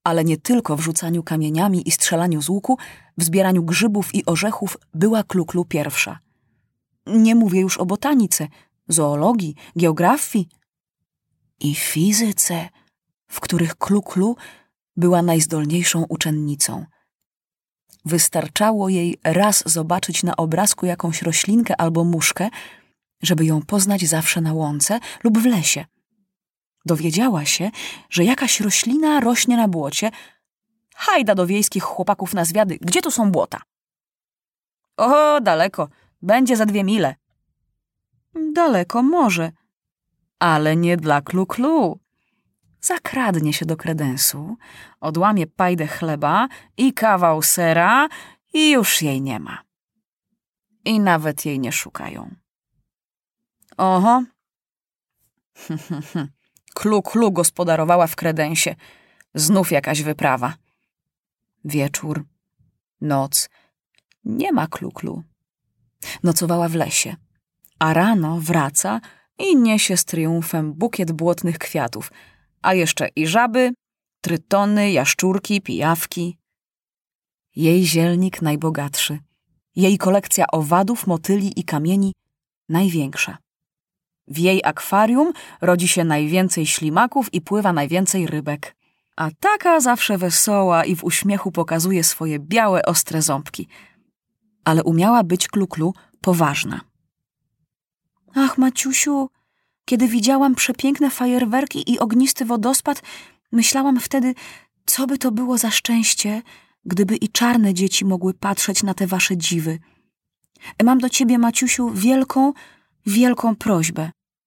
Ale nie tylko w rzucaniu kamieniami i strzelaniu z łuku, w zbieraniu grzybów i orzechów była Kluklu pierwsza. Nie mówię już o botanice, zoologii, geografii i fizyce, w których Kluklu była najzdolniejszą uczennicą. Wystarczało jej raz zobaczyć na obrazku jakąś roślinkę albo muszkę, żeby ją poznać zawsze na łące lub w lesie. Dowiedziała się, że jakaś roślina rośnie na błocie. Hajda do wiejskich chłopaków na zwiady. Gdzie tu są błota? O, daleko. Będzie za 2 mile. Daleko może, ale nie dla Kluklu. Zakradnie się do kredensu, odłamie pajdę chleba i kawał sera i już jej nie ma. I nawet jej nie szukają. Oho. Kluklu gospodarowała w kredensie. Znów jakaś wyprawa. Wieczór, noc. Nie ma Kluklu. Nocowała w lesie, a rano wraca i niesie z triumfem bukiet błotnych kwiatów, a jeszcze i żaby, trytony, jaszczurki, pijawki. Jej zielnik najbogatszy, jej kolekcja owadów, motyli i kamieni największa. W jej akwarium rodzi się najwięcej ślimaków i pływa najwięcej rybek. A taka zawsze wesoła i w uśmiechu pokazuje swoje białe, ostre ząbki. Ale umiała być Kluklu poważna. Ach, Maciusiu, kiedy widziałam przepiękne fajerwerki i ognisty wodospad, myślałam wtedy, co by to było za szczęście, gdyby i czarne dzieci mogły patrzeć na te wasze dziwy. Mam do ciebie, Maciusiu, wielką, wielką prośbę.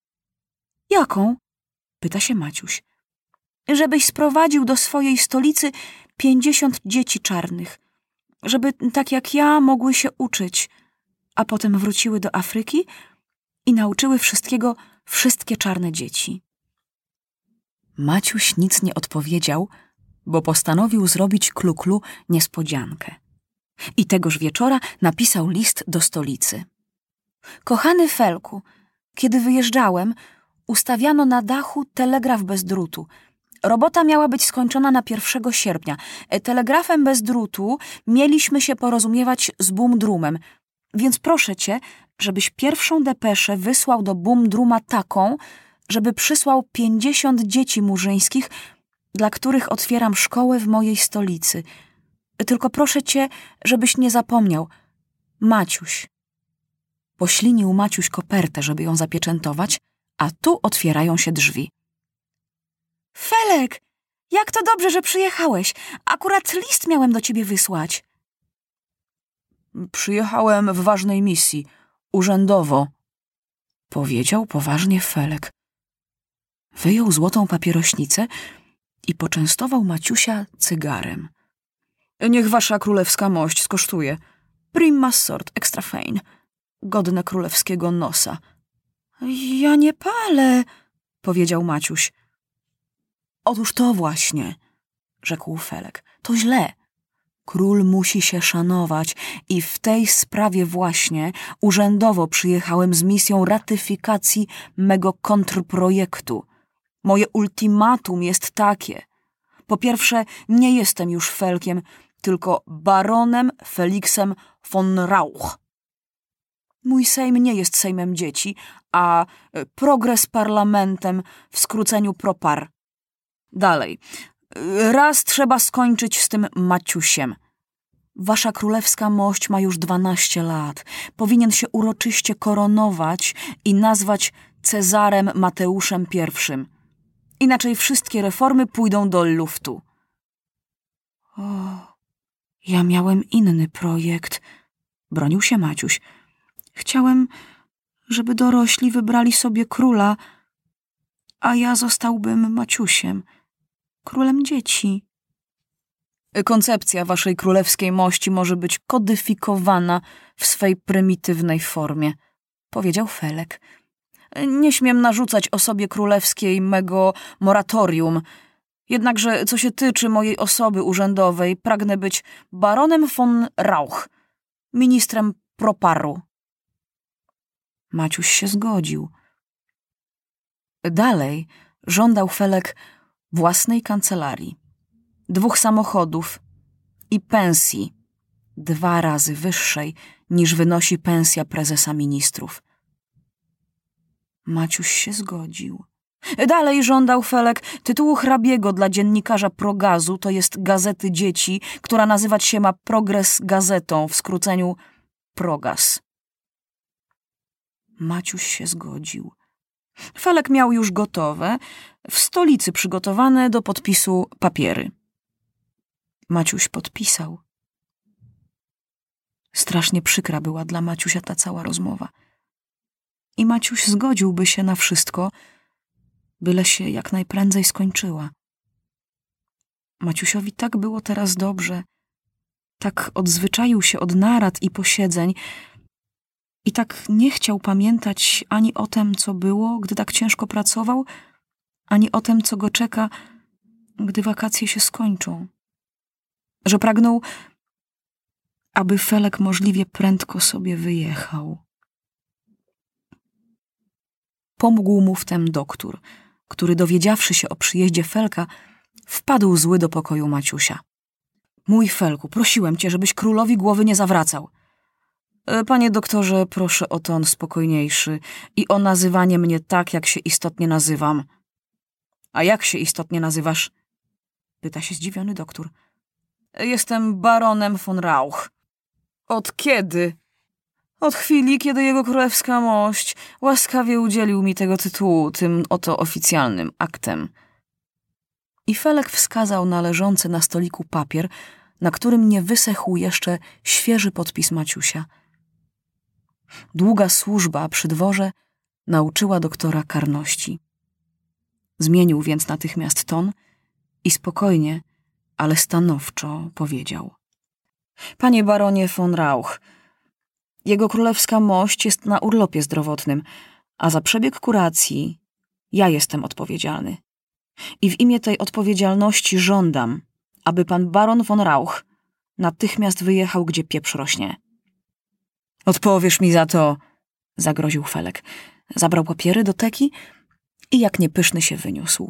Jaką? Pyta się Maciuś. Żebyś sprowadził do swojej stolicy 50 dzieci czarnych, żeby tak jak ja mogły się uczyć, a potem wróciły do Afryki i nauczyły wszystkiego wszystkie czarne dzieci. Maciuś nic nie odpowiedział, bo postanowił zrobić Kluklu niespodziankę. I tegoż wieczora napisał list do stolicy. Kochany Felku, kiedy wyjeżdżałem, ustawiano na dachu telegraf bez drutu. Robota miała być skończona na 1 sierpnia. Telegrafem bez drutu mieliśmy się porozumiewać z Bumdrumem, więc proszę cię, żebyś pierwszą depeszę wysłał do Bumdruma taką, żeby przysłał 50 dzieci murzyńskich, dla których otwieram szkołę w mojej stolicy. Tylko proszę cię, żebyś nie zapomniał. Maciuś. Poślinił Maciuś kopertę, żeby ją zapieczętować, a tu otwierają się drzwi. Felek, jak to dobrze, że przyjechałeś. Akurat list miałem do ciebie wysłać. Przyjechałem w ważnej misji, urzędowo, powiedział poważnie Felek. Wyjął złotą papierośnicę i poczęstował Maciusia cygarem. Niech wasza królewska mość skosztuje. Prima sort, extra fine. Godne królewskiego nosa. Ja nie palę, powiedział Maciuś. Otóż to właśnie, rzekł Felek. To źle. Król musi się szanować i w tej sprawie właśnie urzędowo przyjechałem z misją ratyfikacji mego kontrprojektu. Moje ultimatum jest takie. Po pierwsze, nie jestem już Felkiem, tylko baronem Feliksem von Rauch. Mój sejm nie jest sejmem dzieci, a progres parlamentem w skróceniu propar. Dalej. Raz trzeba skończyć z tym Maciusiem. Wasza królewska mość ma już 12 lat. Powinien się uroczyście koronować i nazwać Cezarem Mateuszem I. Inaczej wszystkie reformy pójdą do luftu. O, ja miałem inny projekt, bronił się Maciuś. Chciałem, żeby dorośli wybrali sobie króla, a ja zostałbym Maciusiem, królem dzieci. Koncepcja waszej królewskiej mości może być kodyfikowana w swej prymitywnej formie, powiedział Felek. Nie śmiem narzucać osobie królewskiej mego moratorium, jednakże co się tyczy mojej osoby urzędowej, pragnę być baronem von Rauch, ministrem proparu. Maciuś się zgodził. Dalej żądał Felek własnej kancelarii, 2 samochodów i pensji 2 razy wyższej niż wynosi pensja prezesa ministrów. Maciuś się zgodził. Dalej żądał Felek tytułu hrabiego dla dziennikarza Progazu, to jest Gazety Dzieci, która nazywać się ma Progres Gazetą, w skróceniu Progaz. Maciuś się zgodził. Felek miał już gotowe, w stolicy przygotowane do podpisu papiery. Maciuś podpisał. Strasznie przykra była dla Maciusia ta cała rozmowa. I Maciuś zgodziłby się na wszystko, byle się jak najprędzej skończyła. Maciusiowi tak było teraz dobrze, tak odzwyczaił się od narad i posiedzeń i tak nie chciał pamiętać ani o tem, co było, gdy tak ciężko pracował, ani o tem, co go czeka, gdy wakacje się skończą. Że pragnął, aby Felek możliwie prędko sobie wyjechał. Pomógł mu w tem doktór, który dowiedziawszy się o przyjeździe Felka, wpadł zły do pokoju Maciusia. Mój Felku, prosiłem cię, żebyś królowi głowy nie zawracał. Panie doktorze, proszę o ton spokojniejszy i o nazywanie mnie tak, jak się istotnie nazywam. A jak się istotnie nazywasz? Pyta się zdziwiony doktor. Jestem baronem von Rauch. Od kiedy? Od chwili, kiedy jego królewska mość łaskawie udzielił mi tego tytułu, tym oto oficjalnym aktem. I Felek wskazał na leżący na stoliku papier, na którym nie wysechł jeszcze świeży podpis Maciusia. Długa służba przy dworze nauczyła doktora karności. Zmienił więc natychmiast ton i spokojnie, ale stanowczo powiedział. Panie baronie von Rauch, jego królewska mość jest na urlopie zdrowotnym, a za przebieg kuracji ja jestem odpowiedzialny. I w imię tej odpowiedzialności żądam, aby pan baron von Rauch natychmiast wyjechał, gdzie pieprz rośnie. Odpowiesz mi za to, zagroził Felek. Zabrał papiery do teki i jak niepyszny się wyniósł.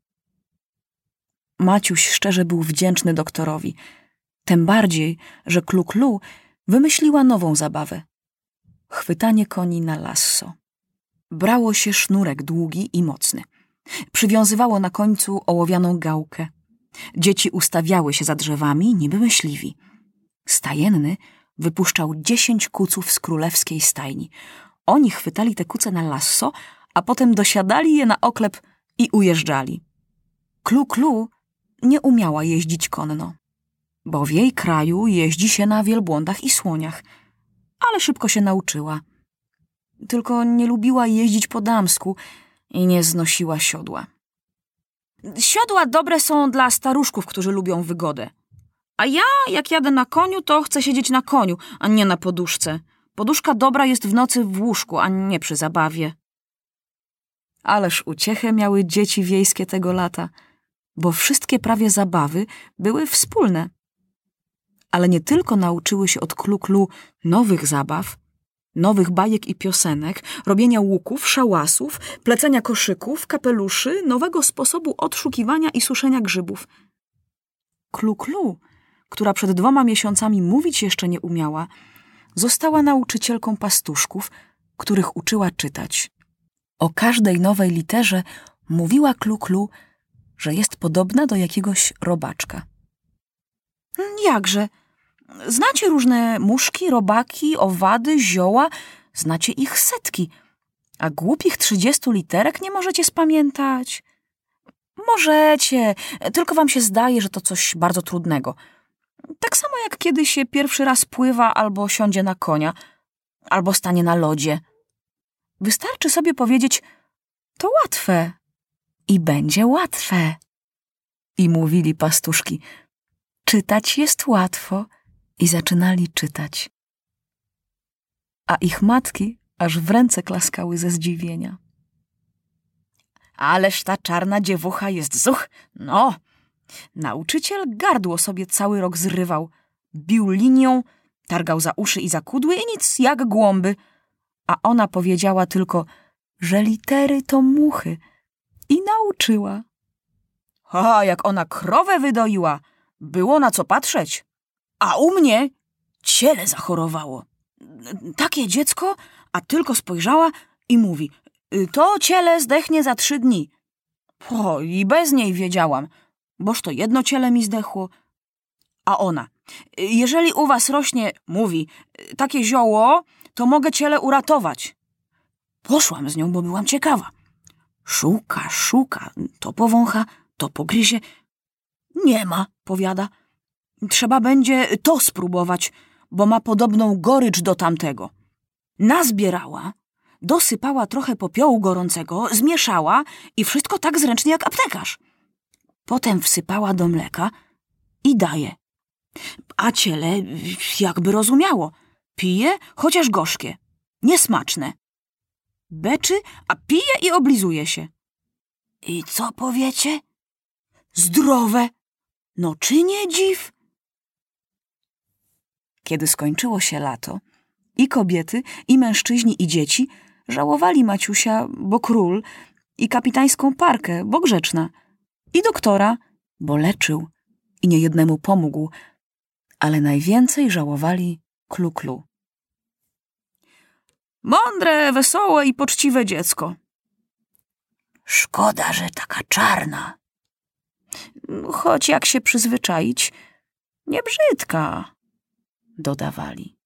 Maciuś szczerze był wdzięczny doktorowi, tym bardziej, że Klu-Klu wymyśliła nową zabawę. Chwytanie koni na lasso. Brało się sznurek długi i mocny. Przywiązywało na końcu ołowianą gałkę. Dzieci ustawiały się za drzewami, niby myśliwi. Stajenny wypuszczał 10 kuców z królewskiej stajni. Oni chwytali te kuce na lasso, a potem dosiadali je na oklep i ujeżdżali. Klu-Klu nie umiała jeździć konno, bo w jej kraju jeździ się na wielbłądach i słoniach, ale szybko się nauczyła. Tylko nie lubiła jeździć po damsku i nie znosiła siodła. Siodła dobre są dla staruszków, którzy lubią wygodę. A ja, jak jadę na koniu, to chcę siedzieć na koniu, a nie na poduszce. Poduszka dobra jest w nocy w łóżku, a nie przy zabawie. Ależ uciechę miały dzieci wiejskie tego lata, bo wszystkie prawie zabawy były wspólne. Ale nie tylko nauczyły się od Klu-Klu nowych zabaw, nowych bajek i piosenek, robienia łuków, szałasów, plecenia koszyków, kapeluszy, nowego sposobu odszukiwania i suszenia grzybów. Klu-Klu, która przed 2 miesiącami mówić jeszcze nie umiała, została nauczycielką pastuszków, których uczyła czytać. O każdej nowej literze mówiła Klu-Klu, że jest podobna do jakiegoś robaczka. Jakże? Znacie różne muszki, robaki, owady, zioła, znacie ich setki, a głupich 30 literek nie możecie spamiętać? Możecie, tylko wam się zdaje, że to coś bardzo trudnego. Tak samo jak kiedy się pierwszy raz pływa albo siądzie na konia, albo stanie na lodzie. Wystarczy sobie powiedzieć, to łatwe i będzie łatwe. I mówili pastuszki, czytać jest łatwo i zaczynali czytać. A ich matki aż w ręce klaskały ze zdziwienia. Ależ ta czarna dziewucha jest zuch, no. Nauczyciel gardło sobie cały rok zrywał, bił linią, targał za uszy i za kudły i nic jak głąby. A ona powiedziała tylko, że litery to muchy i nauczyła. A jak ona krowę wydoiła, było na co patrzeć. A u mnie ciele zachorowało. Takie dziecko, a tylko spojrzała i mówi: to ciele zdechnie za 3 dni. O, i bez niej wiedziałam, boż to jedno ciele mi zdechło. A ona: jeżeli u was rośnie, mówi, takie zioło, to mogę ciele uratować. Poszłam z nią, bo byłam ciekawa. Szuka, to powącha, to pogryzie. Nie ma, powiada. Trzeba będzie to spróbować, bo ma podobną gorycz do tamtego. Nazbierała, dosypała trochę popiołu gorącego, zmieszała i wszystko tak zręcznie jak aptekarz. Potem wsypała do mleka i daje. A ciele jakby rozumiało. Pije, chociaż gorzkie. Niesmaczne. Beczy, a pije i oblizuje się. I co powiecie? Zdrowe. No czy nie dziw? Kiedy skończyło się lato, i kobiety, i mężczyźni, i dzieci żałowali Maciusia, bo król, i kapitańską parkę, bo grzeczna, i doktora, bo leczył i niejednemu pomógł, ale najwięcej żałowali Klu-Klu. Mądre, wesołe i poczciwe dziecko. Szkoda, że taka czarna. Choć jak się przyzwyczaić, nie brzydka, dodawali.